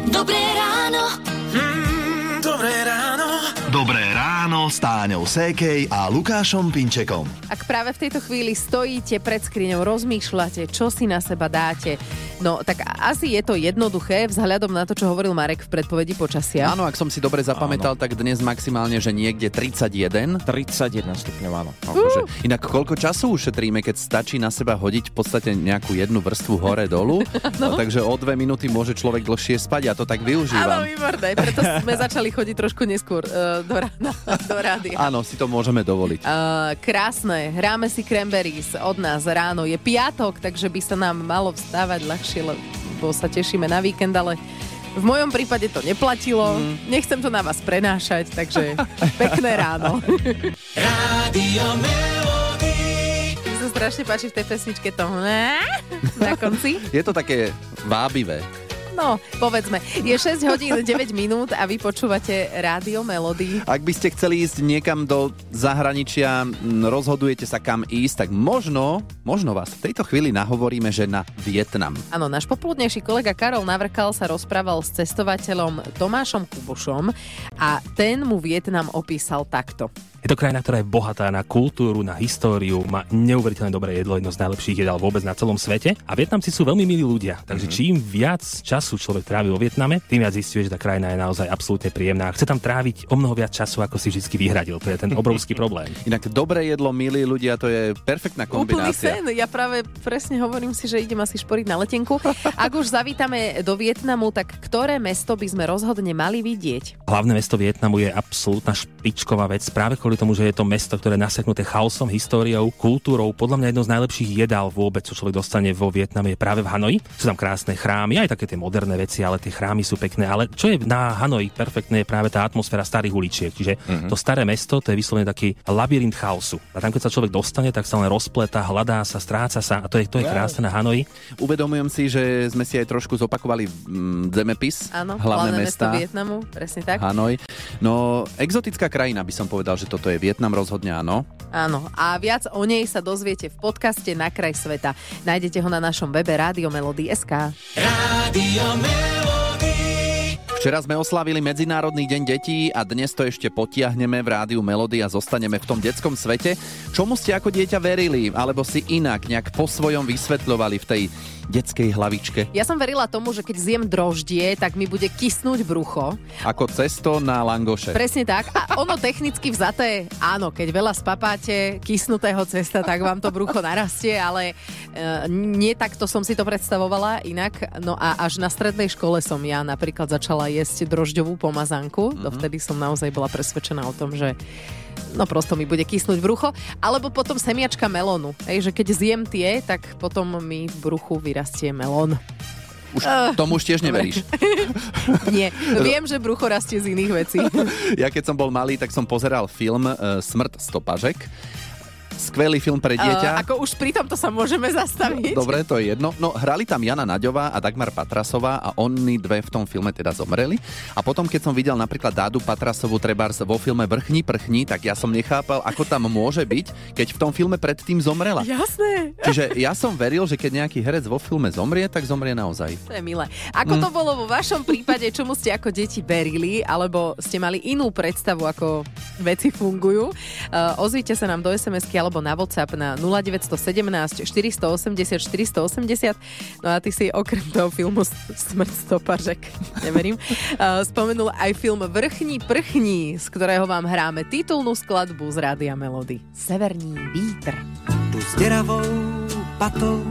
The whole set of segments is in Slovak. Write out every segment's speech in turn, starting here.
Dobré ráno. Dobré ráno. Dobré ráno s Táňou Sékej a Lukášom Pinčekom. Ak práve v tejto chvíli stojíte pred skriňou, rozmýšľate, čo si na seba dáte, no tak asi je to jednoduché vzhľadom na to, čo hovoril Marek v predpovedi počasia. Áno, ak som si dobre zapamätal, tak dnes maximálne, že niekde 31. 31 stupňov, áno. Inak koľko času ušetríme, keď stačí na seba hodiť v podstate nejakú jednu vrstvu hore-dolu, no. Takže o 2 minúty môže človek dlhšie spať, ja to tak využívam. Áno, výborné, preto sme začali chodiť trošku neskôr do rána, do rádia. Áno, si to môžeme dovoliť. Krásne, hráme si Cranberries od nás ráno. Je piatok, takže by sa nám malo vstávať ľahšie, lebo sa tešíme na víkend, ale v mojom prípade to neplatilo. Nechcem to na vás prenášať, takže pekné ráno. Rádio Melody. Mi sa strašne páči v tej pesničke to na konci. Je to také vábivé. No, povedzme, je 6 hodín 9 minút a vy počúvate Rádio Melody. Ak by ste chceli ísť niekam do zahraničia, rozhodujete sa kam ísť, tak možno vás v tejto chvíli nahovoríme, že na Vietnam. Áno, náš popoludnejší kolega Karol Navrkal sa rozprával s cestovateľom Tomášom Kubušom a ten mu Vietnam opísal takto. Je to krajina, ktorá je bohatá na kultúru, na históriu, má neuveriteľne dobré jedlo, jedno z najlepších jedál vôbec na celom svete. A Vietnamci sú veľmi milí ľudia, takže čím viac času človek trávi vo Vietname, tým viac zistuje, že tá krajina je naozaj absolútne príjemná. Chce tam tráviť o mnoho viac času, ako si vždy vyhradil. To je ten obrovský problém. Inak dobré jedlo, milí ľudia, to je perfektná kombinácia. Úplný sen. Ja práve presne hovorím si, že idem asi šporiť na letenku. Ak už zavítame do Vietnamu, tak ktoré mesto by sme rozhodne mali vidieť? Hlavné mesto Vietnamu je absolútna špičková vec, práve kvôli tomu, že je to mesto, ktoré je naseknuté chaosom, históriou, kultúrou. Podľa mňa jedno z najlepších jedál vôbec, čo človek dostane vo Vietname, je práve v Hanoji. Sú tam krásne chrámy, aj také tie moderné veci, ale tie chrámy sú pekné. Ale čo je na Hanoji perfektné, je práve tá atmosféra starých uličiek. Čiže to staré mesto, to je vyslovene taký labyrint chaosu. A tam, keď sa človek dostane, tak sa len rozpletá, hľadá sa, stráca sa a to je krásne na Hanoji. Uvedomujem si, že sme si aj trošku zopakovali zemepis. Áno, hlavné mesto mesta Vietnamu, presne tak. Hanoj. No, exotická krajina by som povedal, že toto je Vietnam rozhodne áno. Áno, a viac o nej sa dozviete v podcaste Na kraj sveta. Nájdete ho na našom webe radiomelody.sk. Rádio Melody. Včera sme oslávili Medzinárodný deň detí a dnes to ešte potiahneme v Rádiu Melody a zostaneme v tom detskom svete. Čomu ste ako dieťa verili, alebo si inak nejak po svojom vysvetľovali v tej detskej hlavičke? Ja som verila tomu, že keď zjem droždie, tak mi bude kysnúť brucho. Ako cesto na langoše. Presne tak. A ono technicky vzaté, áno, keď veľa spapáte kysnutého cesta, tak vám to brucho narastie, ale nie takto som si to predstavovala inak. No a až na strednej škole som ja napríklad začala jesť drožďovú pomazánku. Dovtedy som naozaj bola presvedčená o tom, že no prosto mi bude kysnúť brucho. Alebo potom semiačka melónu. Že keď zjem tie, tak potom mi v bruchu vyrastie melón. Tomu už tiež neveríš? Nie, viem, že brucho rastie z iných vecí. Ja keď som bol malý, tak som pozeral film Smrt stopažek. Skvelý film pre dieťa. Ako už pri tomto sa môžeme zastaviť. Dobre, to je jedno. No, hrali tam Jana Naďová a Dagmar Patrasová a oni dve v tom filme teda zomreli. A potom, keď som videl napríklad Dádu Patrasovú trebárs vo filme Vrchni prchni, tak ja som nechápal, ako tam môže byť, keď v tom filme predtým zomrela. Jasné. Čiže ja som veril, že keď nejaký herec vo filme zomrie, tak zomrie naozaj. To je milé. Ako to bolo vo vašom prípade, čomu ste ako deti verili, alebo ste mali inú predstavu, ako veci fungujú? Ozvite sa nám do SMS-ky alebo na WhatsApp na 0917 480 480. No a ty si okrem toho filmu Smrť stopažek, neverím, spomenul aj film Vrchni prchni, z ktorého vám hráme titulnú skladbu z Rádia Melody. Severní vítr. Tu s deravou patou.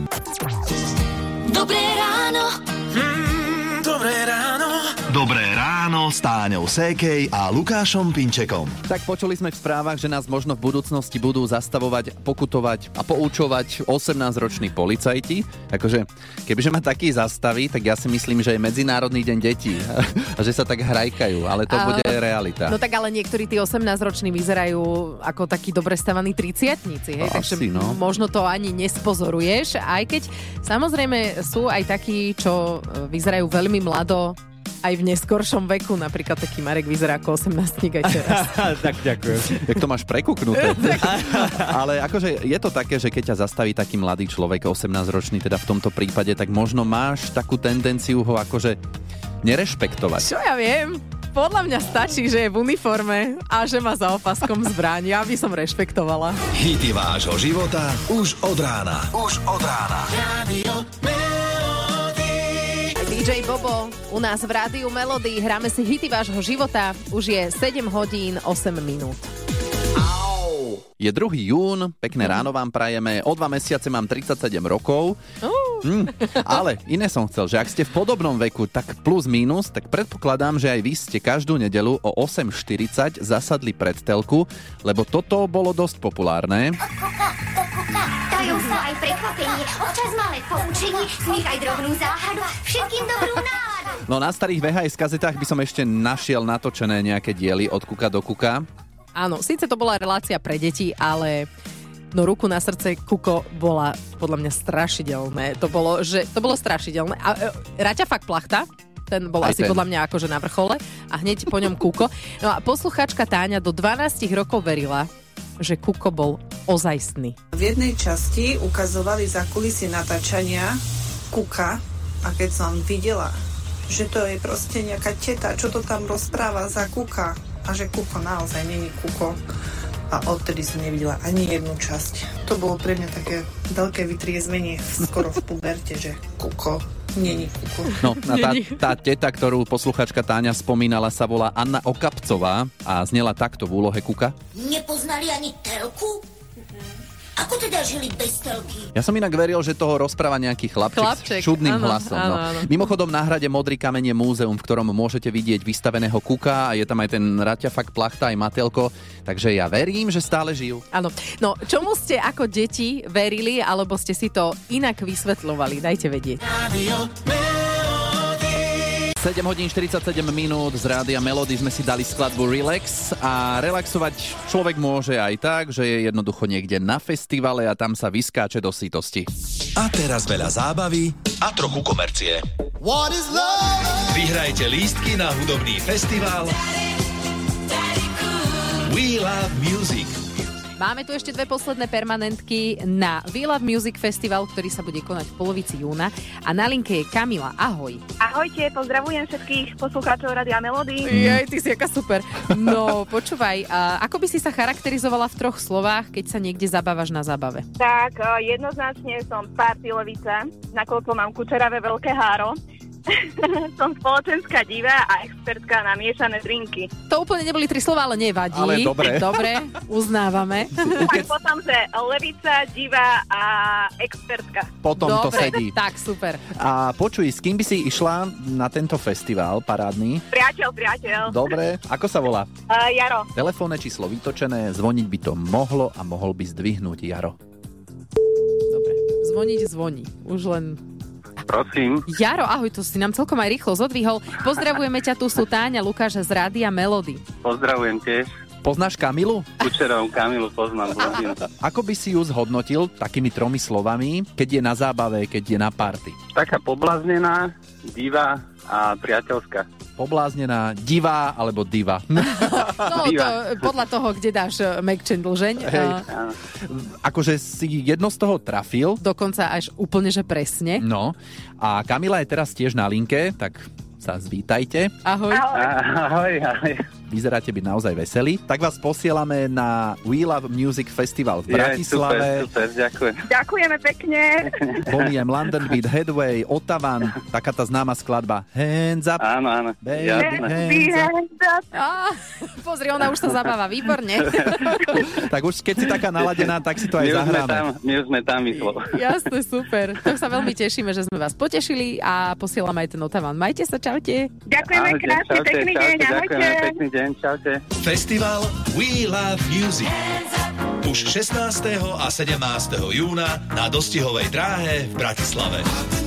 Dobré ráno. Dobré ráno. Dobré ráno s Táňou Sékej a Lukášom Pinčekom. Tak počuli sme v správach, že nás možno v budúcnosti budú zastavovať, pokutovať a poučovať 18-roční policajti. Akože, kebyže ma taký zastaví, tak ja si myslím, že je Medzinárodný deň detí a že sa tak hrajkajú, ale to bude realita. No tak ale niektorí tí 18-roční vyzerajú ako takí dobre stavaní 30-tníci, hej? Takže možno to ani nespozoruješ, aj keď samozrejme sú aj takí, čo vyzerajú veľmi mlado, aj v neskoršom veku, napríklad taký Marek vyzerá ako 18-tník aj teraz. Tak ďakujem. Jak to máš prekuknuté. Ale akože je to také, že keď ťa zastaví taký mladý človek, 18-ročný teda v tomto prípade, tak možno máš takú tendenciu ho akože nerešpektovať? Čo ja viem? Podľa mňa stačí, že je v uniforme a že má za opaskom zbraň. Ja by som rešpektovala. Hity vášho života už od rána. Už od rána. Radio Melody. DJ Bobo, u nás v Rádiu Melody hráme si hity vášho života. Už je 7 hodín 8 minút. Je 2. jún, pekné ráno vám prajeme. O 2 mesiace mám 37 rokov. Ale iné som chcel, že ak ste v podobnom veku, tak plus mínus, tak predpokladám, že aj vy ste každú nedeľu o 8:40 zasadli pred telku, lebo toto bolo dosť populárne. Dajú sa aj prekvapenie, občas malé poučenie, smích aj drobnú záhadu, všetkým dobrú náladu. No na starých VHS kazetách by som ešte našiel natočené nejaké diely od Kuka do Kuka. Áno, síce to bola relácia pre deti, ale no ruku na srdce, Kuko bola podľa mňa strašidelné. To bolo strašidelné. A Raťa fakt plachta, ten bol aj asi ten. podľa mňa akože na vrchole a hneď po ňom Kuko. No a poslucháčka Táňa do 12 rokov verila, že Kuko bol ozajstný. V jednej časti ukazovali zákulisie natáčania Kuka a keď som videla, že to je proste nejaká teta, čo to tam rozpráva za Kuka a že Kuko naozaj není Kuko a odtedy som nevidela ani jednu časť. To bolo pre mňa také veľké vytriezmenie skoro v puberte, že Kuko není Kuko. No, a tá teta, ktorú posluchačka Táňa spomínala, sa volá Anna Okapcová a znela takto v úlohe Kuka. Nepoznali ani telku? Ako teda žili bez telky? Ja som inak veril, že toho rozpráva nejaký chlapček s čudným hlasom. Áno, No. áno. Mimochodom na hrade Modrý kameň je múzeum, v ktorom môžete vidieť vystaveného Kuka a je tam aj ten Raťa fakt plachta aj Matelko, takže ja verím, že stále žijú. Áno. No, čomu ste ako deti verili, alebo ste si to inak vysvetľovali? Dajte vedieť. Radio Melody. 7 hodín 47 minút z Rádia Melody sme si dali skladbu Relax a relaxovať človek môže aj tak, že je jednoducho niekde na festivale a tam sa vyskáče do sytosti. A teraz veľa zábavy a trochu komercie. Vyhrajte lístky na hudobný festival We Love Music. Máme tu ešte 2 posledné permanentky na We Love Music Festival, ktorý sa bude konať v polovici júna. A na linke je Kamila. Ahoj. Ahojte, pozdravujem všetkých poslucháčov Rádia Melody. Jej, ty si jaká super. No, počúvaj, ako by si sa charakterizovala v 3 slovách, keď sa niekde zabávaš na zábave? Tak, jednoznačne som party levica, nakoľko mám kučeravé veľké háro. Som spoločenská diva a expertka na miešané drinky. To úplne neboli 3 slova, ale nevadí. Ale dobre. Dobre, uznávame. Tak potom, že levica, diva a expertka. Potom to Dobre, sedí. tak super. A počuj, s kým by si išla na tento festival parádny? Priateľ. Dobre, ako sa volá? Jaro. Telefónne číslo vytočené, zvoniť by to mohlo a mohol by zdvihnúť Jaro. Dobre, zvoní. Už len... Prosím. Jaro, ahoj, to si nám celkom aj rýchlo zodvihol. Pozdravujeme ťa, tu sú Táňa, Lukáš z Rádia Melody. Pozdravujem tiež. Poznáš Kamilu? Kučerovú Kamilu poznám. Ako by si ju zhodnotil takými 3 slovami, keď je na zábave, keď je na party? Taká pobláznená, diva a priateľská. Pobláznená, divá alebo diva? No, Diva. to podľa toho, kde dáš McChain dlžeň. Áno. Akože si jedno z toho trafil. Dokonca až úplne, že presne. No, a Kamila je teraz tiež na linke, tak sa zvítajte. Ahoj. Ahoj. Vyzeráte byť naozaj veselí. Tak vás posielame na We Love Music Festival v Bratislave. Super, ďakujem. Ďakujeme pekne. Boniem, London Beat, Headway, Ottavan, taká tá známa skladba Hands Up. Áno. Baby, Jasné. hands up. Pozri, ona už sa zabáva výborne. Tak už keď si taká naladená, tak si to aj zahráme. My už sme tam, Myslo. Jasne, super. Tak sa veľmi tešíme, že sme vás potešili a posielam aj ten Ottavan. Majte sa, čaute. Ďakujeme krásne, pekný deň, ahojte. Ďakujeme, pekný deň, čaute. Festival We Love Music. Už 16. a 17. júna na dostihovej dráhe v Bratislave.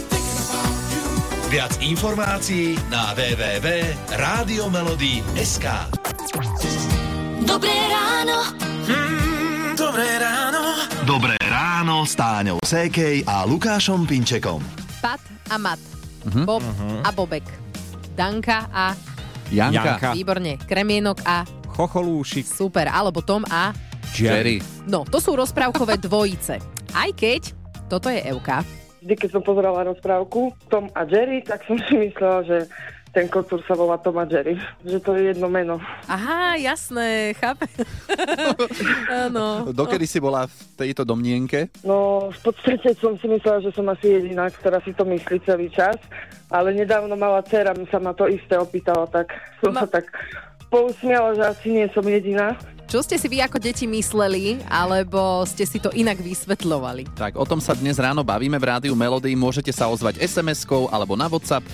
Viac informácií na www.radiomelody.sk. Dobré ráno. Dobré ráno. Dobré ráno s Táňou Sékej a Lukášom Pinčekom. Pat a Mat. Bob a Bobek. Danka a... Janka. Výborne. Kremienok a... Chocholúšik. Super. Alebo Tom a... Jerry. No, to sú rozprávkové dvojice. Aj keď toto je Evka. Vždy, keď som pozerala rozprávku Tom a Jerry, tak som si myslela, že ten kocúr sa volá Tom a Jerry. Že to je jedno meno. Aha, jasné, chápem. Áno. Dokedy si bola v tejto domnienke? No, v podstate som si myslela, že som asi jediná, ktorá si to myslí celý čas, ale nedávno mala dcera, mi sa ma to isté opýtala, tak som sa tak pousmiala, že asi nie som jediná. Čo ste si vy ako deti mysleli, alebo ste si to inak vysvetľovali? Tak, o tom sa dnes ráno bavíme v Rádiu Melody. Môžete sa ozvať SMS-kou alebo na WhatsApp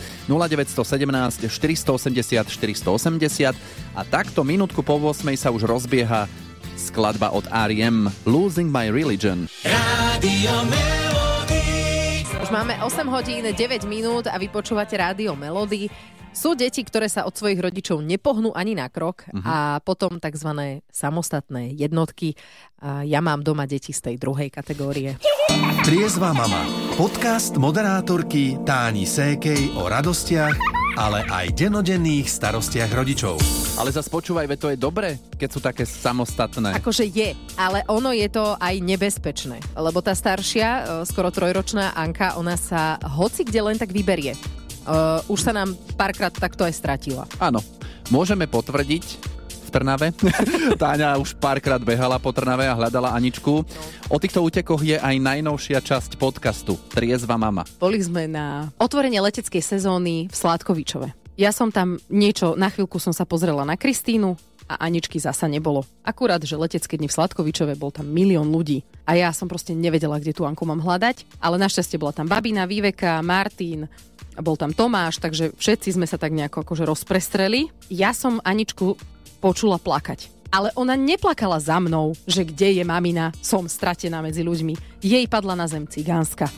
0917 480 480 a takto minútku po 8 sa už rozbieha skladba od R.E.M. Losing My Religion. Rádio Melody. Už máme 8 hodín, 9 minút a vy počúvate Rádio Melody. Sú deti, ktoré sa od svojich rodičov nepohnú ani na krok a potom tzv. Samostatné jednotky. A ja mám doma deti z tej druhej kategórie. Triezva mama. Podcast moderátorky Táni Sékej o radostiach, ale aj dennodenných starostiach rodičov. Ale zas počúvaj, veď to je dobre, keď sú také samostatné. Akože je, ale ono je to aj nebezpečné. Lebo tá staršia, skoro 3-ročná Anka, ona sa hoci kde len tak vyberie. Už sa nám párkrát takto aj stratila. Áno, môžeme potvrdiť v Trnave. Táňa už párkrát behala po Trnave a hľadala Aničku. O týchto útekoch je aj najnovšia časť podcastu Triezva mama. Boli sme na otvorenie leteckej sezóny v Sládkovičove. Ja som tam na chvíľku som sa pozrela na Kristínu a Aničky zasa nebolo. Akurát, že letecké dni v Sládkovičove, bol tam 1 000 000 ľudí. A ja som proste nevedela, kde tú Anku mám hľadať, ale našťastie bola tam babina, Viveka, Martin, a bol tam Tomáš, takže všetci sme sa tak nejako akože rozprestreli. Ja som Aničku počula plakať. Ale ona neplakala za mnou, že kde je mamina, som stratená medzi ľuďmi. Jej padla na zem cigánska.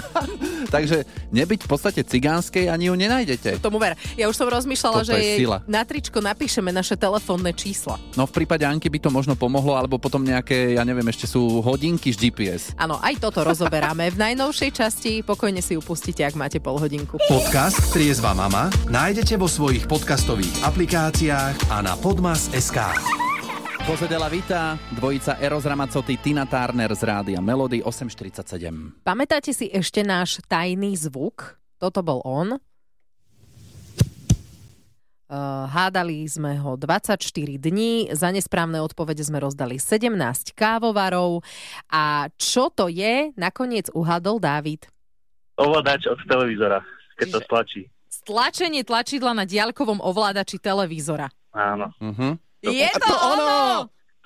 Takže nebyť v podstate cigánskej, ani ju nenájdete. Tomu ver. Ja už som rozmýšľala, Toto že je jej sila. na tričko napíšeme naše telefónne čísla. No v prípade Anky by to možno pomohlo, alebo potom nejaké, ja neviem, ešte sú hodinky z GPS. Áno, aj toto rozoberáme. V najnovšej časti pokojne si ju pustíte, ak máte polhodinku. Podcast Triezva mama nájdete vo svojich podcastových aplikáciách a na podmas.sk. Cose della Vita, dvojica Eros Ramazzotti, Tina Turner z Rádia Melody 8.47. Pamätáte si ešte náš tajný zvuk? Toto bol on. Hádali sme ho 24 dní, za nesprávne odpovede sme rozdali 17 kávovarov. A čo to je, nakoniec uhádol Dávid. Ovládač od televízora, keď to stlačí. Stlačenie tlačidla na diaľkovom ovládači televízora. Áno. Je to ono!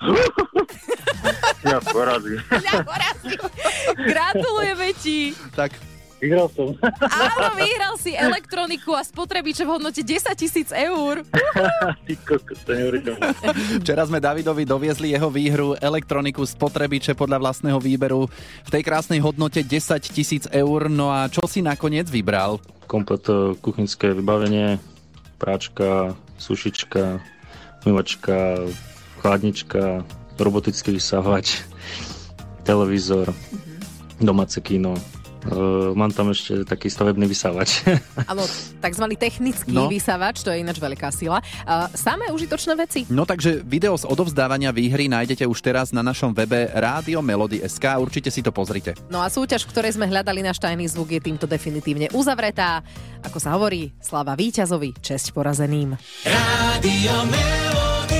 Ja porazím. Gratulujeme ti! Tak. Vyhral som. Áno, vyhral si elektroniku a spotrebiče v hodnote 10 000 eur. Ty kokos, to neuveriteľné. Včera sme Davidovi doviezli jeho výhru elektroniku spotrebiče podľa vlastného výberu v tej krásnej hodnote 10 000 eur. No a čo si nakoniec vybral? Komplet kuchynské vybavenie, práčka, sušička, umývačka, chladnička, robotický vysávač, televízor, domáce kino. Mám tam ešte taký stavebný vysávač. Áno, takzvaný technický vysávač, to je ináč veľká sila. Samé užitočné veci. No takže video z odovzdávania výhry nájdete už teraz na našom webe Rádio Melody.sk. Určite si to pozrite. No a súťaž, v ktorej sme hľadali náš tajný zvuk, je týmto definitívne uzavretá. Ako sa hovorí, sláva víťazovi, česť porazeným. Rádio Melody.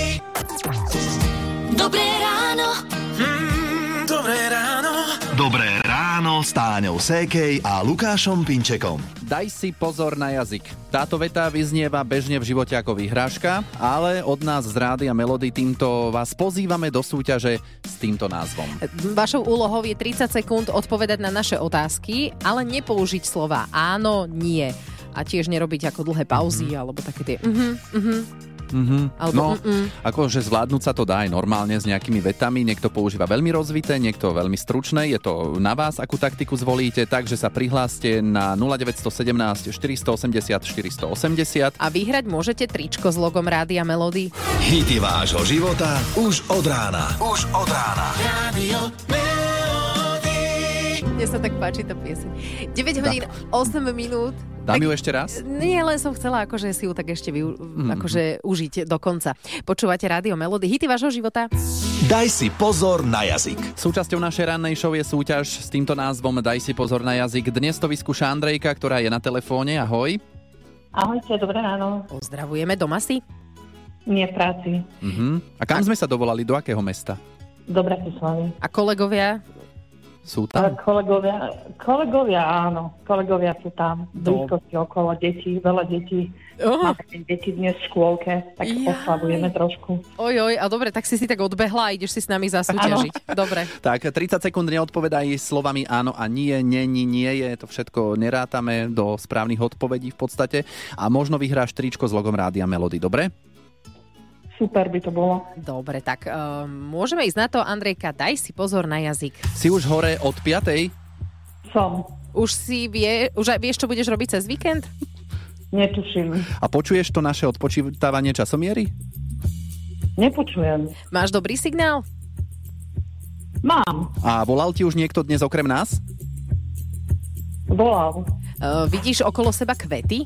Dobré ráno. Dobré ráno. Dobré ráno s Táňou Sékej a Lukášom Pinčekom. Daj si pozor na jazyk. Táto veta vyznieva bežne v živote ako vyhrážka, ale od nás z Rádia Melody týmto vás pozývame do súťaže s týmto názvom. Vašou úlohou je 30 sekúnd odpovedať na naše otázky, ale nepoužiť slova áno, nie. A tiež nerobiť ako dlhé pauzy, alebo také tie No, akože zvládnuť sa to dá aj normálne s nejakými vetami. Niekto používa veľmi rozvité, niekto veľmi stručné. Je to na vás, akú taktiku zvolíte, takže sa prihláste na 0917 480 480. A vyhrať môžete tričko s logom Rádia Melody. Hity vášho života už od rána. Už od rána. Rádio Melody. Mne sa tak páči tá pieseň. 9 hodín, 8 minút. Dám ju ešte raz? Nie, len som chcela akože si ju tak ešte akože užiť do konca. Počúvate Rádio Melody, hity vášho života. Daj si pozor na jazyk. Súčasťou našej rannej show je súťaž s týmto názvom Daj si pozor na jazyk. Dnes to vyskúša Andrejka, ktorá je na telefóne. Ahoj. Ahojte, dobré ráno. Pozdravujeme, doma si? Nie v práci. A kam sme sa dovolali? Do akého mesta? Do Bratislavy. A kolegovia? Sú tam? Kolegovia, áno. Kolegovia sú tam. Blízkosti okolo detí, veľa detí. Máme deti dnes v škôlke, tak oslavujeme trošku. Ojoj, a dobre, tak si tak odbehla a ideš si s nami zasúťažiť. Dobre. Tak, 30 sekúnd neodpovedaj slovami áno a nie, nie je. To všetko nerátame do správnych odpovedí v podstate. A možno vyhráš tričko s logom Rádia Melody, dobre? Super by to bolo. Dobre, tak môžeme ísť na to. Andrejka, daj si pozor na jazyk. Si už hore od 5:00? Som. Už vieš, čo budeš robiť cez víkend? Netuším. A počuješ to naše odpočítavanie časomiery? Nepočujem. Máš dobrý signál? Mám. A volal ti už niekto dnes okrem nás? Volal. Vidíš okolo seba kvety?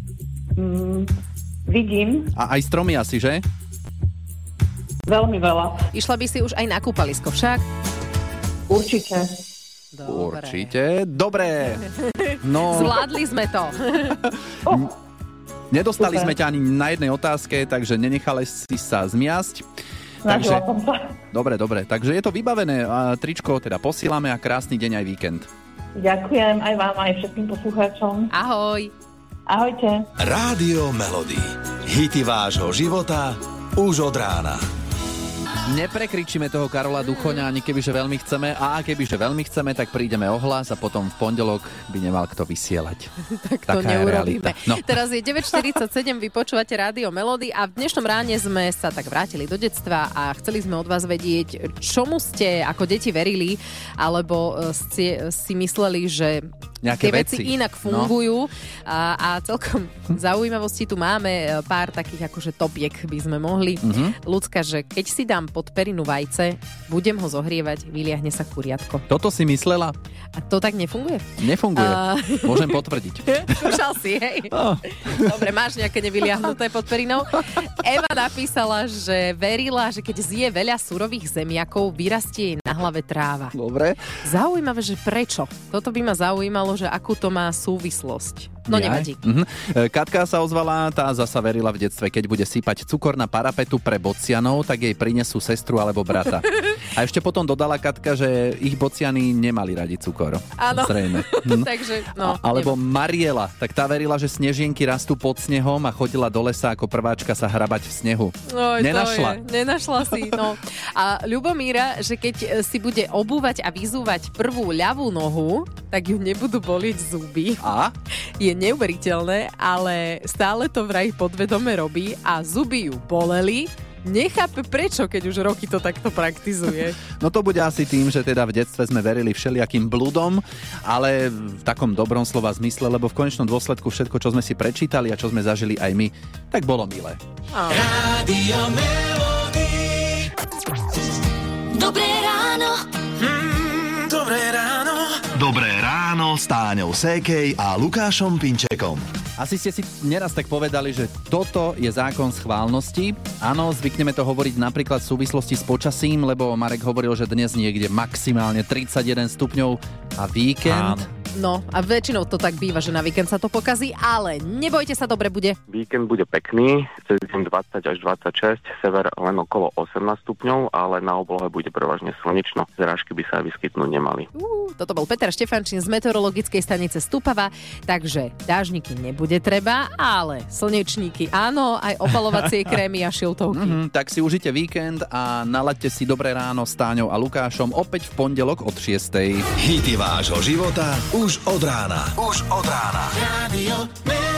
Vidím. A aj stromy asi, že? Veľmi veľa. Išla by si už aj na kúpalisko však? Určite. Dobre. Dobre. No, zvládli sme to. Nedostali sme ťa ani na jednej otázke, takže nenechali si sa zmiasť. Snažila som sa. Dobre. Takže je to vybavené. Tričko teda posílame a krásny deň aj víkend. Ďakujem aj vám, aj všetkým poslucháčom. Ahoj. Ahojte. Rádio Melody. Hity vášho života už od rána. Neprekričíme toho Karola Duchoňa, ani kebyže veľmi chceme. A kebyže veľmi chceme, tak prídeme o hlas a potom v pondelok by nemal kto vysielať. Tak to neurobíme. No. Teraz je 9:47, vy počúvate Rádio Melody a v dnešnom ráne sme sa tak vrátili do detstva a chceli sme od vás vedieť, čomu ste ako deti verili, alebo ste si mysleli, že nejaké tie veci inak fungujú. A celkom zaujímavosti tu máme pár takých akože topiek by sme mohli. Ľudská, že keď si dám pod perinu vajce, budem ho zohrievať, vyliahne sa kuriatko. Toto si myslela? A to tak nefunguje? Nefunguje. Môžem potvrdiť. Skúšal si, hej? Dobre, máš nejaké nevyliahnuté pod perinou? Eva napísala, že verila, že keď zje veľa surových zemiakov, vyrastie jej na hlave tráva. Dobre. Zaujímavé, že prečo? Toto by ma zaujímalo, že akú to má súvislosť. No nevadí. Katka sa ozvala, tá zasa verila v detstve, keď bude sypať cukor na parapetu pre bocianov, tak jej prinesú sestru alebo brata. A ešte potom dodala Katka, že ich bociany nemali radi cukor. Áno. Zrejme. Takže, alebo Mariela, tak tá verila, že snežienky rastú pod snehom a chodila do lesa ako prváčka sa hrabať v snehu. Nenašla si, no. A Ľubomíra, že keď si bude obúvať a vyzúvať prvú ľavú nohu, tak ju nebudú bolieť zuby. A? Je neuveriteľné, ale stále to vraj podvedome robí a zuby ju boleli. Nechápe prečo, keď už roky to takto praktizuje. No to bude asi tým, že teda v detstve sme verili všelijakým bludom, ale v takom dobrom slova zmysle, lebo v konečnom dôsledku všetko, čo sme si prečítali a čo sme zažili aj my, tak bolo milé. Rádio Melody. Dobré ráno. Dobré ráno. Dobré ráno s Táňou Sékej a Lukášom Pinčekom. Asi ste si neraz tak povedali, že toto je zákon schválnosti. Áno, zvykneme to hovoriť napríklad v súvislosti s počasím, lebo Marek hovoril, že dnes niekde maximálne 31 stupňov a víkend. No a väčšinou to tak býva, že na víkend sa to pokazí, ale nebojte sa, dobre bude. Víkend bude pekný, cez deň 20 až 26, sever len okolo 18 stupňov, ale na oblohe bude prevažne slnečno. Zrážky by sa vyskytnúť nemali. Toto bol Peter Štefančín z meteorologickej stanice Stupava, takže dážniky nebude treba, ale slnečníky áno, aj opalovacie krémy a šiltovky. Tak si užite víkend a nalaďte si Dobré ráno s Táňou a Lukášom opäť v pondelok od 6:00. Hity vášho života už od rána. Rádio Melody.